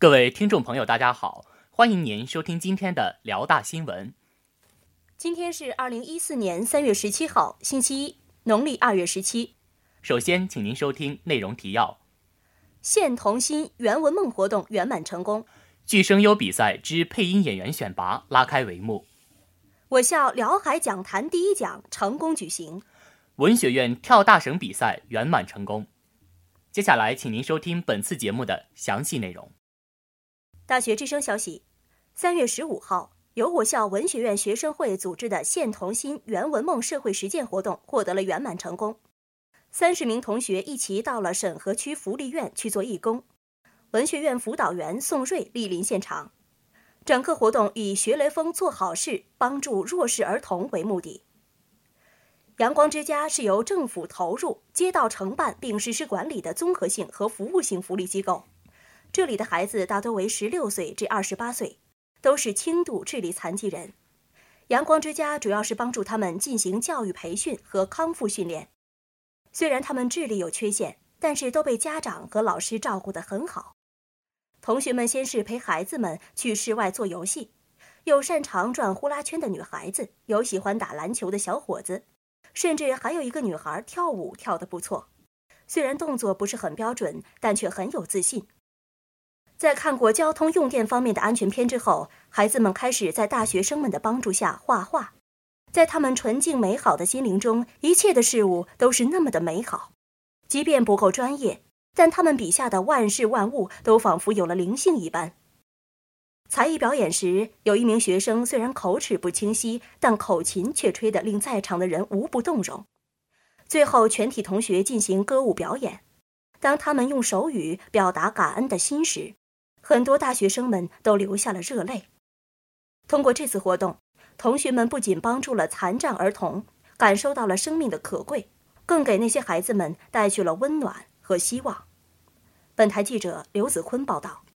各位听众朋友，大家好，欢迎您收听今天的辽大新闻。 今天是2014年3月17号，星期一，农历2月17。 首先，请您收听内容提要。 献童心原文梦活动圆满成功。 剧声优比赛之配音演员选拔拉开帷幕。 我校辽海讲坛第1讲成功举行。 文学院跳大绳比赛圆满成功。接下来，请您收听本次节目的详细内容。 大学之声消息，3月15号，由我校文学院学生会组织的献童心圆文梦社会实践活动获得了圆满成功。30名同学一起到了沈河区福利院去做义工，文学院辅导员宋瑞莅临现场。整个活动以学雷锋做好事，帮助弱势儿童为目的。阳光之家是由政府投入、街道承办并实施管理的综合性和服务性福利机构。这里的孩子大多为16岁至28岁，都是轻度智力残疾人。阳光之家主要是帮助他们进行教育培训和康复训练。虽然他们智力有缺陷，但是都被家长和老师照顾得很好。同学们先是陪孩子们去室外做游戏，有擅长转呼啦圈的女孩子，有喜欢打篮球的小伙子，甚至还有一个女孩跳舞跳得不错。虽然动作不是很标准，但却很有自信。在看过交通用电方面的安全片之后，孩子们开始在大学生们的帮助下画画。在他们纯净美好的心灵中，一切的事物都是那么的美好。即便不够专业，但他们笔下的万事万物都仿佛有了灵性一般。才艺表演时，有一名学生虽然口齿不清晰，但口琴却吹得令在场的人无不动容。最后，全体同学进行歌舞表演。当他们用手语表达感恩的心时，很多大学生们都流下了热泪。通过这次活动，同学们不仅帮助了残障儿童，感受到了生命的可贵，更给那些孩子们带去了温暖和希望。本台记者刘子坤报道。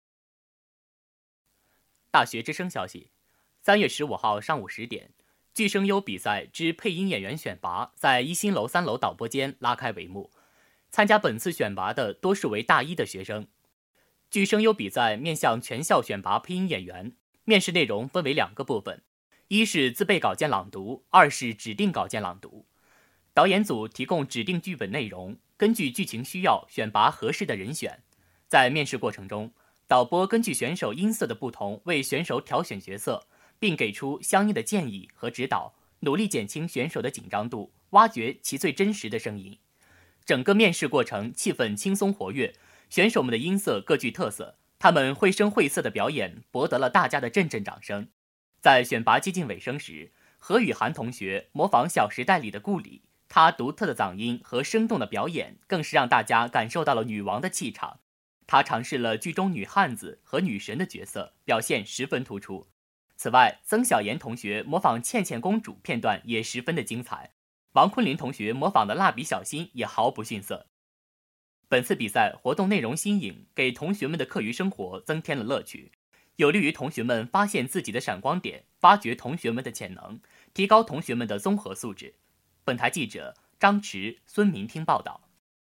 大学之声消息，3月15号上午10点，剧声优比赛之配音演员选拔在一新楼3楼导播间拉开帷幕。参加本次选拔的多数为大一的学生。剧声优比赛面向全校选拔配音演员，面试内容分为2个部分，一是自备稿件朗读，二是指定稿件朗读。导演组提供指定剧本内容，根据剧情需要选拔合适的人选。在面试过程中，导播根据选手音色的不同为选手挑选角色，并给出相应的建议和指导，努力减轻选手的紧张度，挖掘其最真实的声音。整个面试过程气氛轻松活跃，选手们的音色各具特色，他们绘声绘色的表演博得了大家的阵阵掌声。在选拔接近尾声时，何雨涵同学模仿《小时代》里的顾里，她独特的嗓音和生动的表演更是让大家感受到了女王的气场。她尝试了剧中女汉子和女神的角色，表现十分突出。此外，曾小妍同学模仿倩倩公主片段也十分的精彩，王昆林同学模仿的蜡笔小新也毫不逊色。本次比赛活动内容新颖，给同学们的课余生活增添了乐趣，有利于同学们发现自己的闪光点，发掘同学们的潜能，提高同学们的综合素质。本台记者张驰、孙明听报道。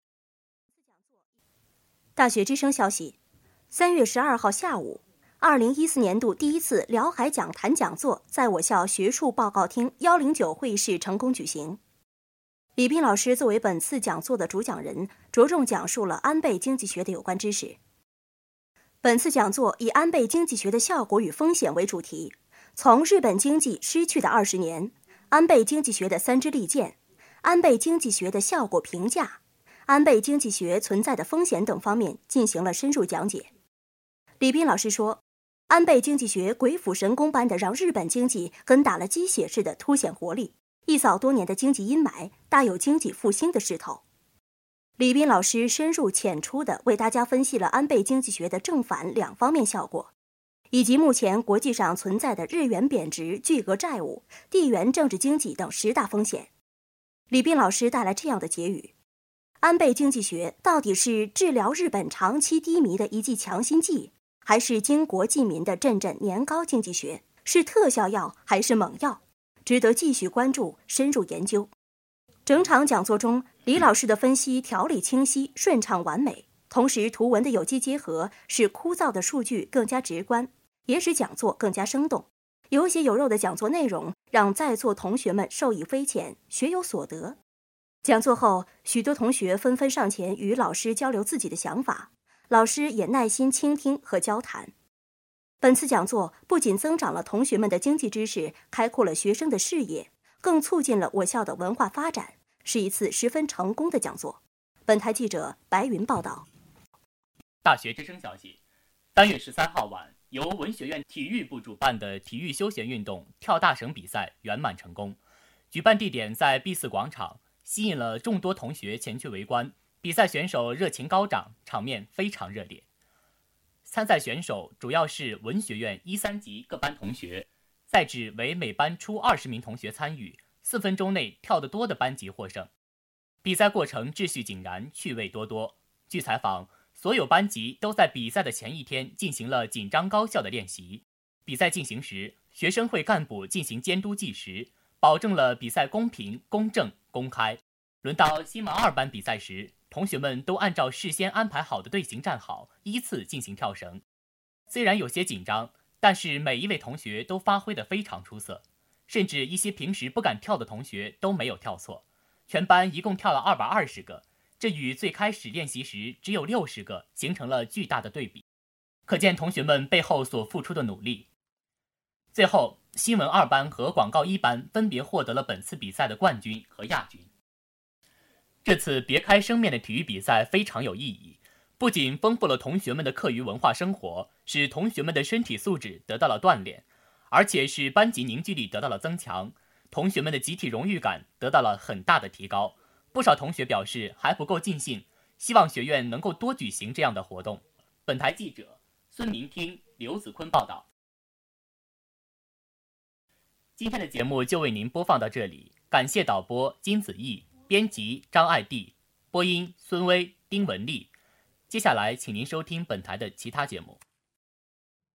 大学之声消息，3月12号下午，2014年度第1次辽海讲坛讲座在我校学术报告厅109会议室成功举行。李斌老师作为本次讲座的主讲人，着重讲述了安倍经济学的有关知识。本次讲座以安倍经济学的效果与风险为主题，从日本经济失去的20年、安倍经济学的3支利剑、安倍经济学的效果评价、安倍经济学存在的风险等方面进行了深入讲解。李斌老师说，安倍经济学鬼斧神工般的让日本经济跟打了鸡血似的凸显活力，一扫多年的经济阴霾，大有经济复兴的势头。李斌老师深入浅出地为大家分析了安倍经济学的正反2方面效果，以及目前国际上存在的日元贬值、巨额债务、地缘政治经济等10大风险。李斌老师带来这样的结语：安倍经济学到底是治疗日本长期低迷的一剂强心剂，还是经国济民的阵阵年糕经济学？是特效药还是猛药？值得继续关注，深入研究。整场讲座中，李老师的分析条理清晰、顺畅完美， 同时，图文的有机结合使枯燥的数据更加直观，也使讲座更加生动。有血有肉的讲座内容让在座同学们受益匪浅，学有所得。讲座后，许多同学纷纷上前与老师交流自己的想法，老师也耐心倾听和交谈。本次讲座不仅增长了同学们的经济知识，开阔了学生的视野，更促进了我校的文化发展，是一次十分成功的讲座。本台记者白云报道。 大学之声消息，3月13号晚，由文学院体育部主办的体育休闲运动跳大绳比赛圆满成功。举办地点在 B4 广场，吸引了众多同学前去围观。比赛选手热情高涨，场面非常热烈。参赛选手主要是文学院1、3级各班同学，赛制为每班出20名同学参与，4分钟内跳得多的班级获胜。比赛过程秩序井然，趣味多多。据采访，所有班级都在比赛的前一天进行了紧张高效的练习。比赛进行时，学生会干部进行监督计时，保证了比赛公平、公正、公开。轮到新闻2班比赛时，同学们都按照事先安排好的队形站好，依次进行跳绳。虽然有些紧张，但是每一位同学都发挥得非常出色，甚至一些平时不敢跳的同学都没有跳错。全班一共跳了220个，这与最开始练习时只有60个形成了巨大的对比，可见同学们背后所付出的努力。最后，新闻2班和广告1班分别获得了本次比赛的冠军和亚军。这次别开生面的体育比赛非常有意义，不仅丰富了同学们的课余文化生活，使同学们的身体素质得到了锻炼，而且使班级凝聚力得到了增强，同学们的集体荣誉感得到了很大的提高。不少同学表示还不够尽兴，希望学院能够多举行这样的活动。本台记者孙明听、刘子坤报道。今天的节目就为您播放到这里，感谢导播金子毅，编辑张爱娣，播音孙威、丁文丽。接下来请您收听本台的其他节目。